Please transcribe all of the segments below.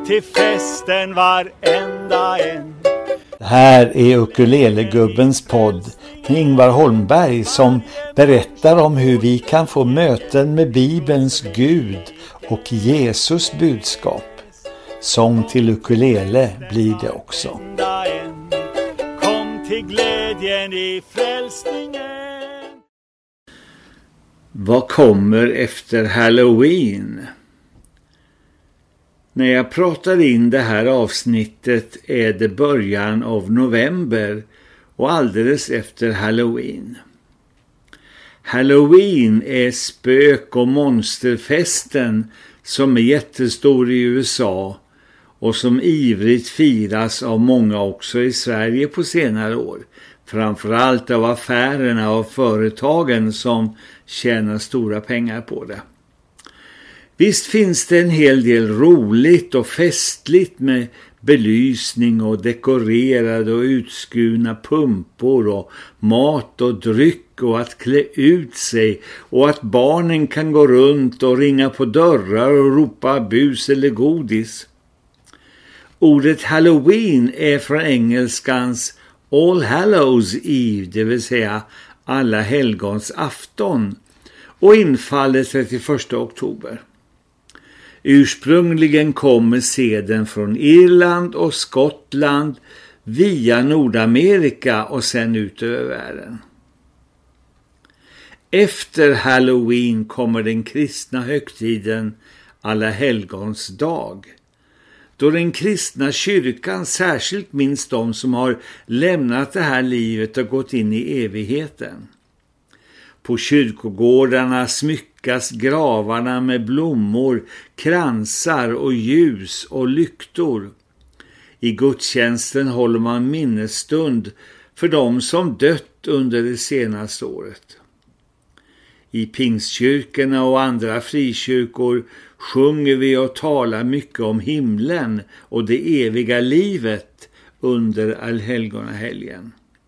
till festen varenda en. Det här är Ukulelegubbens podd med Ingvar Holmberg som berättar om hur vi kan få möten med Bibelns Gud och Jesus budskap. Sång till ukulele blir det också. Kom till glädjen i frälsningen. Vad kommer efter Halloween? När jag pratar in det här avsnittet är det början av november och alldeles efter Halloween. Halloween är spök- och monsterfesten som är jättestor i USA och som ivrigt firas av många också i Sverige på senare år. Framförallt av affärerna och företagen som tjänar stora pengar på det. Visst finns det en hel del roligt och festligt med belysning och dekorerade och utskurna pumpor och mat och dryck och att klä ut sig och att barnen kan gå runt och ringa på dörrar och ropa bus eller godis. Ordet Halloween är från engelskans All Hallows Eve, det vill säga alla helgons afton, och infaller 31 oktober. Ursprungligen kommer seden från Irland och Skottland via Nordamerika och sen ut över världen. Efter Halloween kommer den kristna högtiden Alla helgons dag, då den kristna kyrkan särskilt minns de som har lämnat det här livet och gått in i evigheten. På kyrkogårdarna smyckas gravarna med blommor, kransar och ljus och lyktor. I gudstjänsten håller man minnesstund för de som dött under det senaste året. I pingstkyrkorna och andra frikyrkor sjunger vi och talar mycket om himlen och det eviga livet under allhelgonahelgen.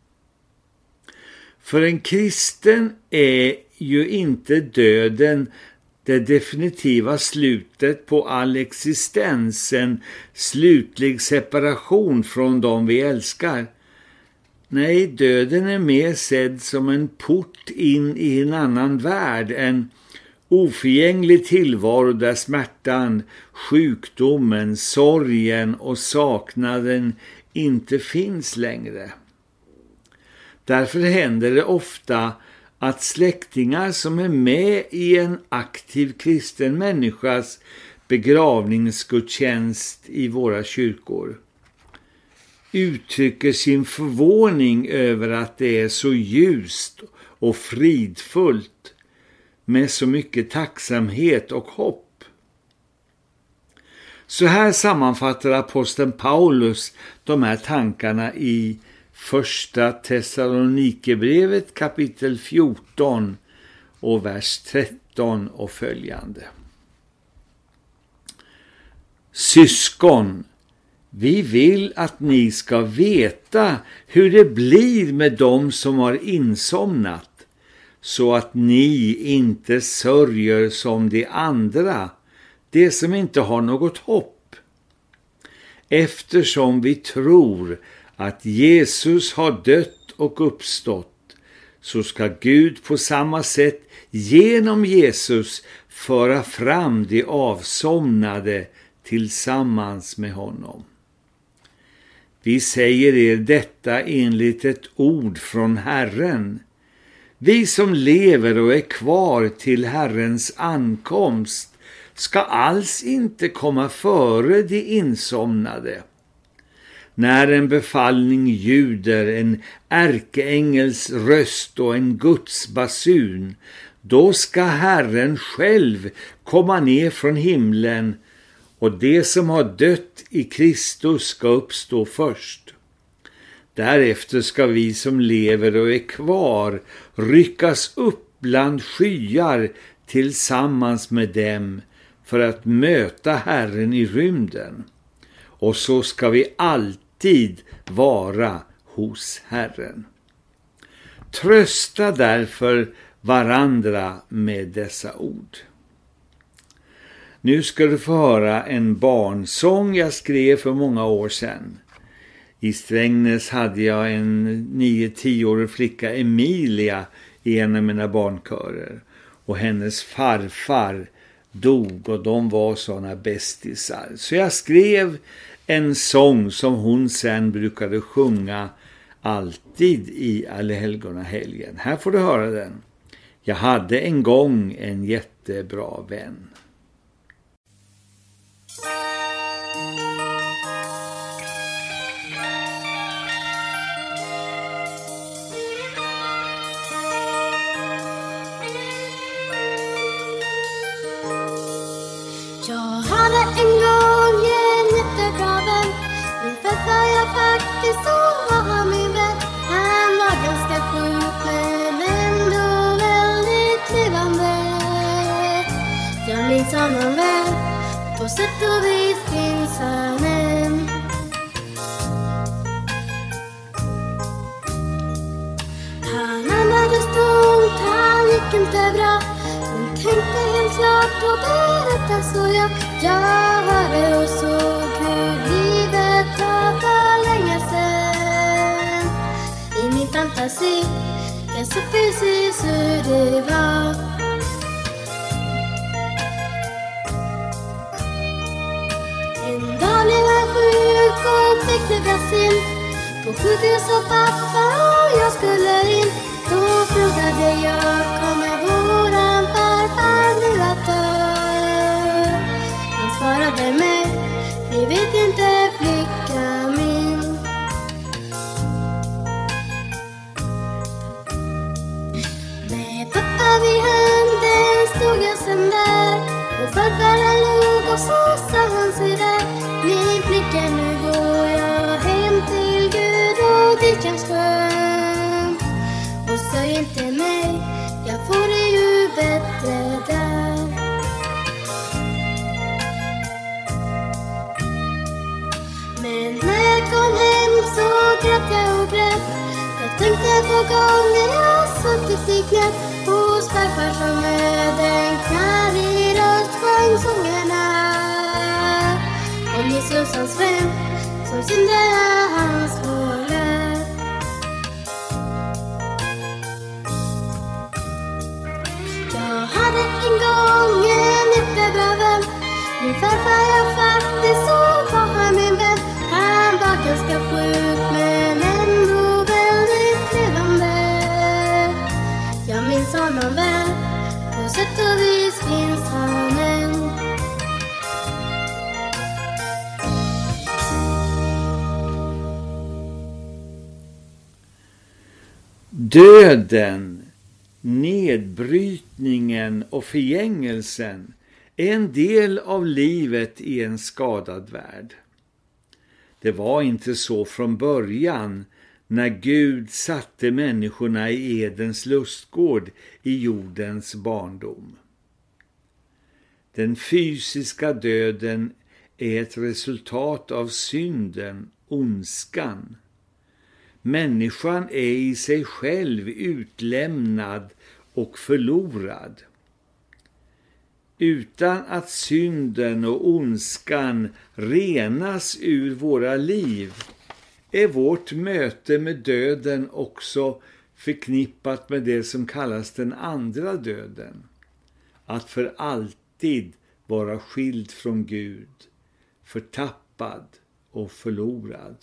För en kristen är ju inte döden det definitiva slutet på all existens, en slutlig separation från dem vi älskar. Nej, döden är mer sedd som en port in i en annan värld, en oförgänglig tillvaro där smärtan, sjukdomen, sorgen och saknaden inte finns längre. Därför händer det ofta att släktingar som är med i en aktiv kristen människas begravningsgudstjänst i våra kyrkor uttrycker sin förvåning över att det är så ljust och fridfullt med så mycket tacksamhet och hopp. Så här sammanfattar aposteln Paulus de här tankarna i Första Thessalonikerbrevet kapitel 14 och vers 13 och följande. Syskon, vi vill att ni ska veta hur det blir med dem som har insomnat, så att ni inte sörjer som de andra, de som inte har något hopp. Eftersom vi tror att Jesus har dött och uppstått, så ska Gud på samma sätt genom Jesus föra fram de avsomnade tillsammans med honom. Vi säger er detta enligt ett ord från Herren. Vi som lever och är kvar till Herrens ankomst ska alls inte komma före de insomnade. När en befallning ljuder, en ärkeängels röst och en Guds basun, då ska Herren själv komma ner från himlen, och det som har dött i Kristus ska uppstå först. Därefter ska vi som lever och är kvar ryckas upp bland skyar tillsammans med dem för att möta Herren i rymden. Och så ska vi alltid vara hos Herren. Trösta därför varandra med dessa ord. Nu ska du få höra en barnsång jag skrev för många år sedan. I Strängnäs hade jag en 9-10-årig flicka, Emilia, i en av mina barnkörer. Och hennes farfar dog och de var såna bästisar. Så jag skrev en sång som hon sen brukade sjunga alltid i Allehelgonahelgen. Här får du höra den. Jag hade en gång en jättebra vän. En gång en jättebra vän. Min farfar jag faktiskt så var han min vän. Han var ganska sjuk men ändå väldigt levande. Jag minns honom väl, på sätt och vis finns han än. Han andades tungt, han gick inte bra. Men tänkte helt klart och berätta så jag hörde och såg hur livet var för länge sedan. I min fantasi, jag såg precis hur det var. En dag blev han sjuk och fick dras in. På sjukhus och pappa och jag skulle in. Då frågade jag, kommer våran farfar nu att dö? Han svarade mig, vi vet inte flicka min. Med pappa vid handen stod jag sen där. Och farfar han låg och så sa han sig där. Min flicka, nu går jag hem till Gud och det känns skönt. Och säg inte nej, jag får det ju bättre där. Men när jag kom hem så grät jag och grät. Jag tänkte på gånger jag suttit i knät hos farfar som med en knarrig röst sjöng sångerna om Jesus hans vän som syndade hans vårlär. Jag hade en gång en jättebra vän. Min farfar jag faktiskt så var han min vän. Han var ganska sjuk men ändå väldigt levande. Jag minns honom väl, på sätt och vis finns han än. Döden, nedbrytningen och förgängelsen är en del av livet i en skadad värld. Det var inte så från början när Gud satte människorna i Edens lustgård i jordens barndom. Den fysiska döden är ett resultat av synden, ondskan. Människan är i sig själv utlämnad och förlorad. Utan att synden och ondskan renas ur våra liv är vårt möte med döden också förknippat med det som kallas den andra döden. Att för alltid vara skild från Gud, förtappad och förlorad.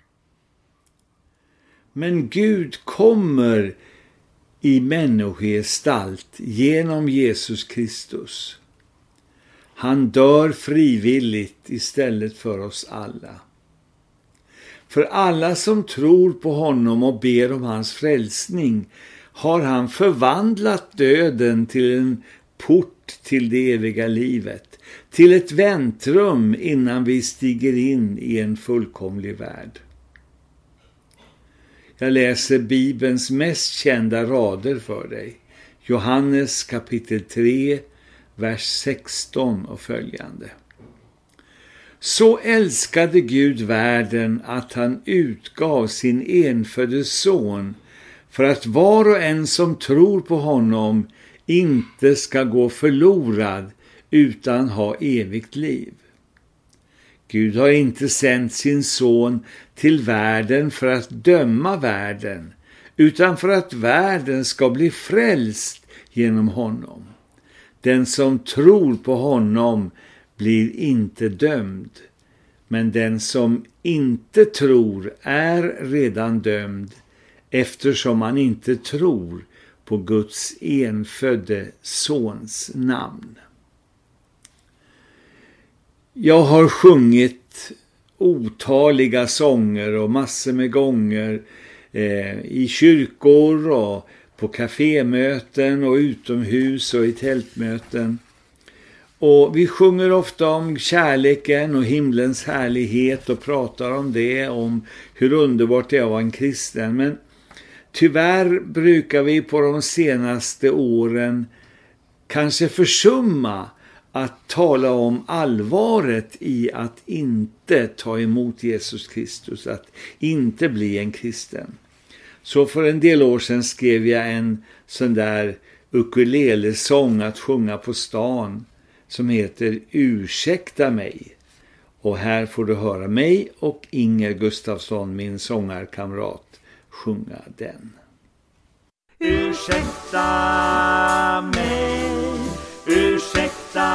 Men Gud kommer i människogestalt genom Jesus Kristus. Han dör frivilligt istället för oss alla. För alla som tror på honom och ber om hans frälsning har han förvandlat döden till en port till det eviga livet, till ett väntrum innan vi stiger in i en fullkomlig värld. Jag läser Bibelns mest kända rader för dig. Johannes kapitel 3, vers 16 och följande. Så älskade Gud världen att han utgav sin enfödde son för att var och en som tror på honom inte ska gå förlorad utan ha evigt liv. Gud har inte sänt sin son till världen för att döma världen, utan för att världen ska bli frälst genom honom. Den som tror på honom blir inte dömd, men den som inte tror är redan dömd, eftersom han inte tror på Guds enfödde sons namn. Jag har sjungit otaliga sånger och massor med gånger i kyrkor och på kafémöten och utomhus och i tältmöten. Och vi sjunger ofta om kärleken och himlens härlighet och pratar om det, om hur underbart det är att vara en kristen. Men tyvärr brukar vi på de senaste åren kanske försumma att tala om allvaret i att inte ta emot Jesus Kristus, att inte bli en kristen. Så för en del år sedan skrev jag en sån där ukulelesång att sjunga på stan som heter Ursäkta mig. Och här får du höra mig och Inger Gustafsson, min sångarkamrat, sjunga den. Ursäkta mig, ursäkta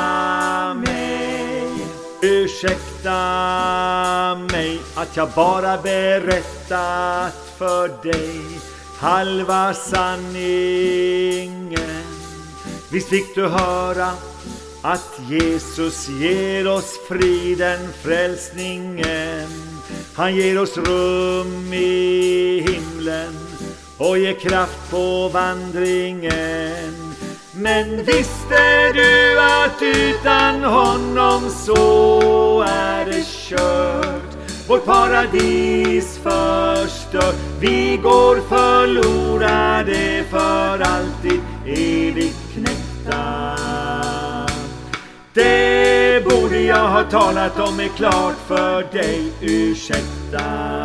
mig, ursäkta mig att jag bara berättat för dig halva sanningen. Visst fick du höra att Jesus ger oss friden, frälsningen. Han ger oss rum i himlen och ger kraft på vandringen. Men visste du att utan honom så är det kört? Vårt paradis förstört. Vi går förlorade för alltid, evigt knäckta. Det borde jag ha talat om är klart för dig. Ursäkta.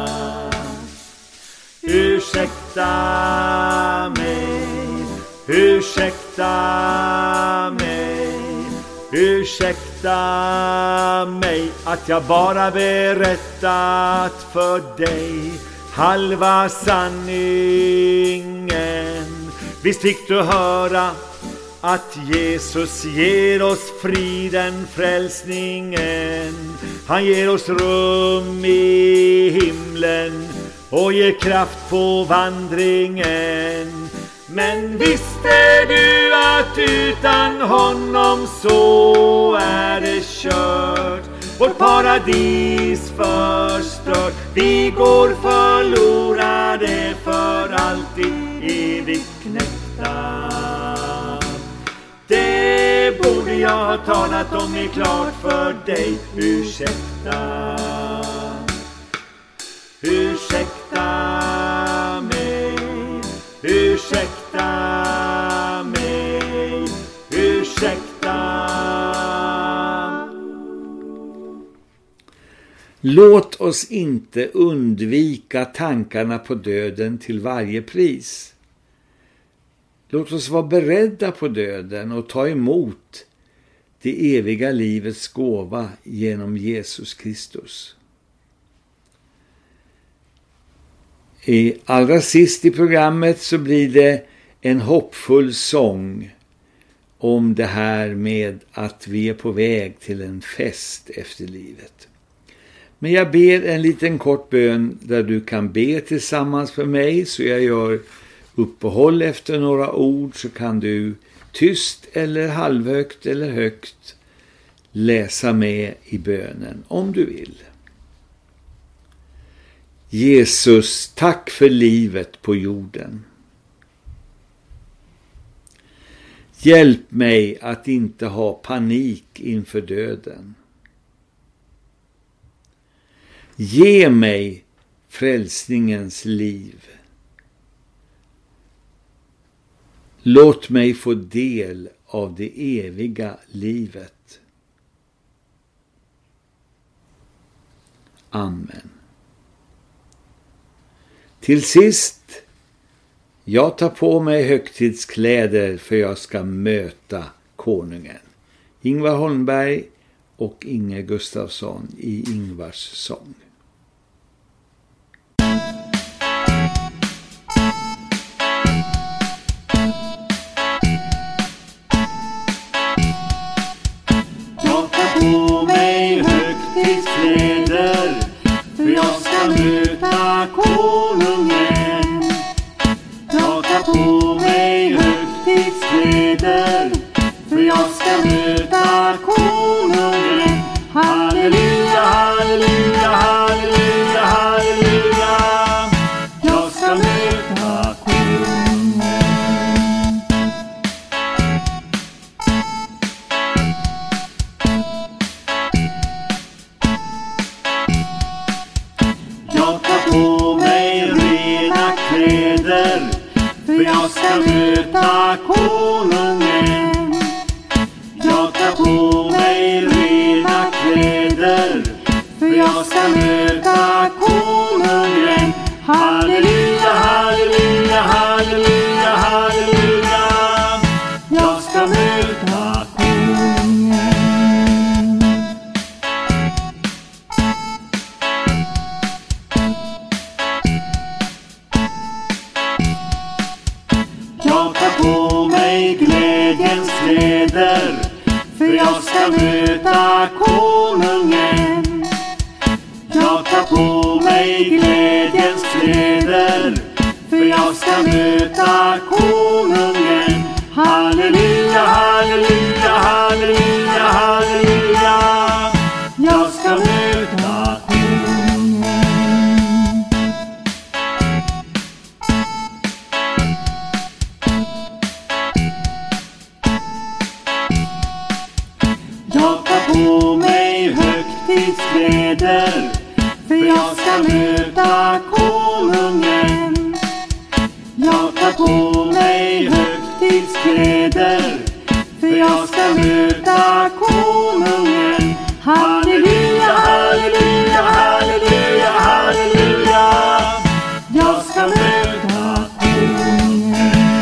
Ursäkta mig, ursäkta mig, ursäkta mig att jag bara berättat för dig halva sanningen. Visst fick du höra att Jesus ger oss friden, frälsningen. Han ger oss rum i himlen och ger kraft på vandringen. Men visste du att utan honom så är det kört? Vårt paradis förstört. Vi går förlorade för alltid, evigt knäckta. Det borde jag ha talat om är klart för dig. Ursäkta. Ursäkta mig, ursäkta mig, ursäkta. Låt oss inte undvika tankarna på döden till varje pris. Låt oss vara beredda på döden och ta emot det eviga livets gåva genom Jesus Kristus. Allra sist i programmet så blir det en hoppfull sång om det här med att vi är på väg till en fest efter livet. Men jag ber en liten kort bön där du kan be tillsammans med mig, så jag gör uppehåll efter några ord, så kan du tyst eller halvhögt eller högt läsa med i bönen om du vill. Jesus, tack för livet på jorden. Hjälp mig att inte ha panik inför döden. Ge mig frälsningens liv. Låt mig få del av det eviga livet. Amen. Till sist, jag tar på mig högtidskläder för jag ska möta konungen. Ingvar Holmberg och Inge Gustafsson i Ingvars sång. Jag tar på mig högtidskläder, för jag ska möta konungen. Jag tar på mig högtidskläder, för jag ska möta konungen. Halleluja, halleluja, halleluja, halleluja. Jag ska möta konungen. Jag tar på mig rena kläder, för jag ska möta konungen. Jag tar på mig rena kläder, för jag ska möta konungen. Halleluja, halleluja, halleluja, halleluja. Jag ska möta konungen. Jag tar på mig glädjens kläder, för jag ska möta konungen. Jag tar på mig glädjens kläder, för jag ska möta konungen. Halleluja, halleluja, halleluja, halleluja. Jag ska möta konungen. Jag tar på mig högtidskläder, för jag ska möta konungen. Jag tar på mig högtidskläder, för jag ska möta konungen. Halleluja, halleluja, halleluja, halleluja. Jag ska möta konungen.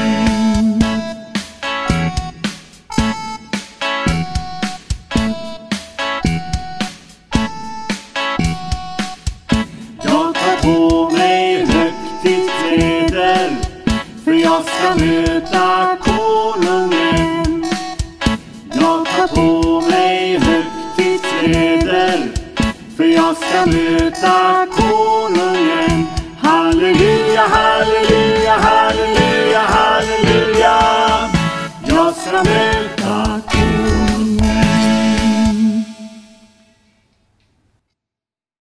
Jag tar på mig högtidskläder, för jag ska möta konungen. Jag tar på mig högtidskläder, för jag ska möta konungen. Halleluja, halleluja, halleluja, halleluja. Jag ska möta